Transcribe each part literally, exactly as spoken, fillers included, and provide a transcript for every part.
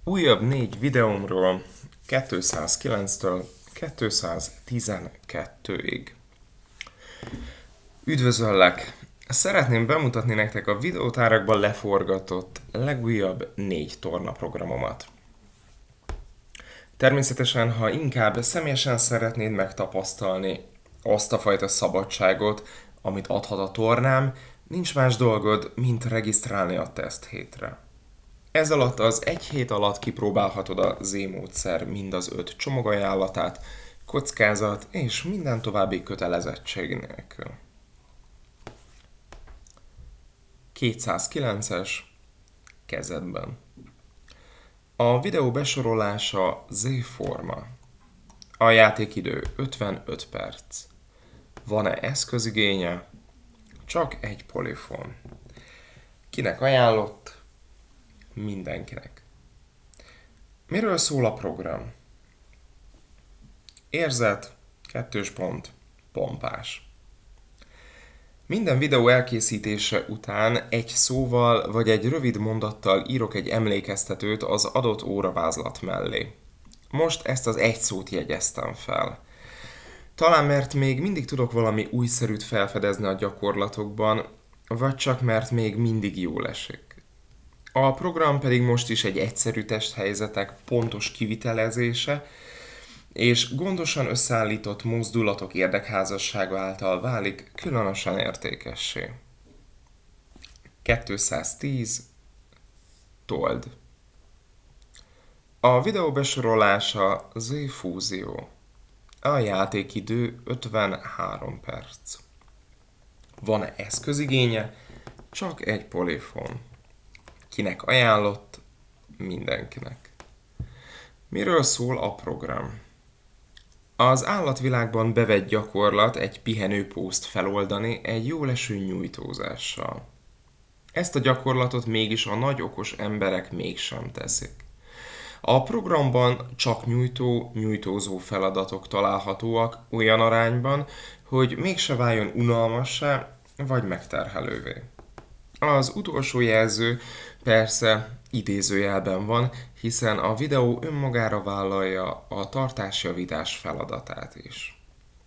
Újabb négy videómról kétszázkilenctől kétszáztizenkettőig. Üdvözöllek! Szeretném bemutatni nektek a videótárakban leforgatott legújabb négy tornaprogramomat. Természetesen, ha inkább személyesen szeretnéd megtapasztalni azt a fajta szabadságot, amit adhat a tornám, nincs más dolgod, mint regisztrálni a teszt hétre. Ez alatt az egy hét alatt kipróbálhatod a Z-módszer mind az öt csomagajánlatát, kockázat és minden további kötelezettség nélkül. kétszázkilences kezedben. A videó besorolása Z-forma. A játékidő ötvenöt perc. Van-e eszközigénye? Csak egy polifon. Kinek ajánlott? Mindenkinek. Miről szól a program? Érzet, kettős pont, pompás. Minden videó elkészítése után egy szóval vagy egy rövid mondattal írok egy emlékeztetőt az adott óravázlat mellé. Most ezt az egy szót jegyeztem fel. Talán mert még mindig tudok valami újszerűt felfedezni a gyakorlatokban, vagy csak mert még mindig jól esik. A program pedig most is egy egyszerű testhelyzetek pontos kivitelezése, és gondosan összeállított mozdulatok érdekházassága által válik különösen értékessé. kétszáztíz. Told. A videó besorolása Z-fúzió. A játékidő ötvenhárom perc. Van-e eszközigénye? Csak egy polifon. Kinek ajánlott? Mindenkinek. Miről szól a program? Az állatvilágban bevett gyakorlat egy pihenőpószt feloldani egy jól eső nyújtózással. Ezt a gyakorlatot mégis a nagy okos emberek mégsem teszik. A programban csak nyújtó-nyújtózó feladatok találhatóak olyan arányban, hogy mégse váljon unalmassá vagy megterhelővé. Az utolsó jelző persze idézőjelben van, hiszen a videó önmagára vállalja a tartásjavítás feladatát is.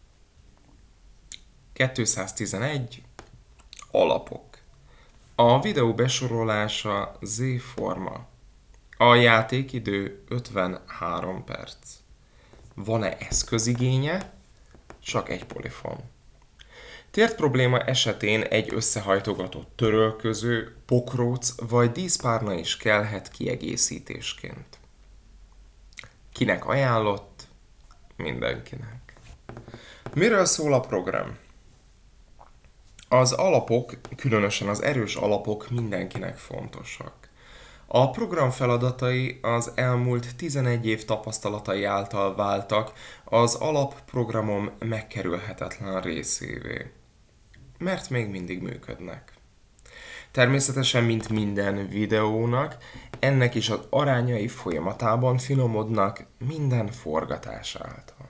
kétszáztizenegy. Alapok. A videó besorolása Z-forma. A játékidő ötvenhárom perc. Van-e eszközigénye? Csak egy polifon. Tért probléma esetén egy összehajtogatott törölköző, pokróc vagy díszpárna is kellhet kiegészítésként. Kinek ajánlott? Mindenkinek. Miről szól a program? Az alapok, különösen az erős alapok mindenkinek fontosak. A program feladatai az elmúlt tizenegy év tapasztalatai által váltak az alapprogramom megkerülhetetlen részévé. Mert még mindig működnek. Természetesen, mint minden videónak, ennek is az arányai folyamatában finomodnak minden forgatás által.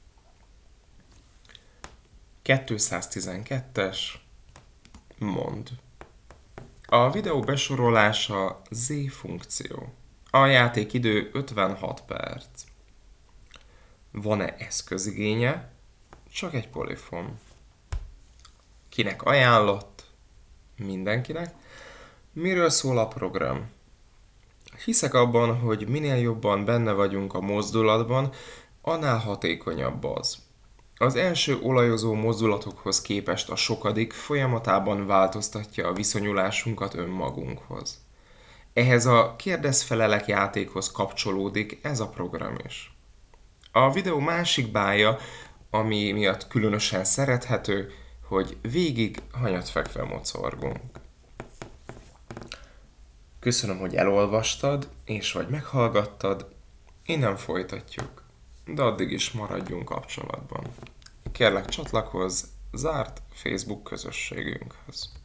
kétszáztizenkettes. Mond. A videó besorolása Z-funkció. A játékidő ötvenhat perc. Van-e eszközigénye? Csak egy polifon. Kinek ajánlott? Mindenkinek. Miről szól a program? Hiszek abban, hogy minél jobban benne vagyunk a mozdulatban, annál hatékonyabb az. Az első olajozó mozdulatokhoz képest a sokadik folyamatában változtatja a viszonyulásunkat önmagunkhoz. Ehhez a kérdez-felelek játékhoz kapcsolódik ez a program is. A videó másik bája, ami miatt különösen szerethető, hogy végig hanyatfekve mocorgunk. Köszönöm, hogy elolvastad, és vagy meghallgattad, innen folytatjuk, de addig is maradjunk kapcsolatban. Kérlek, csatlakozz zárt Facebook közösségünkhöz.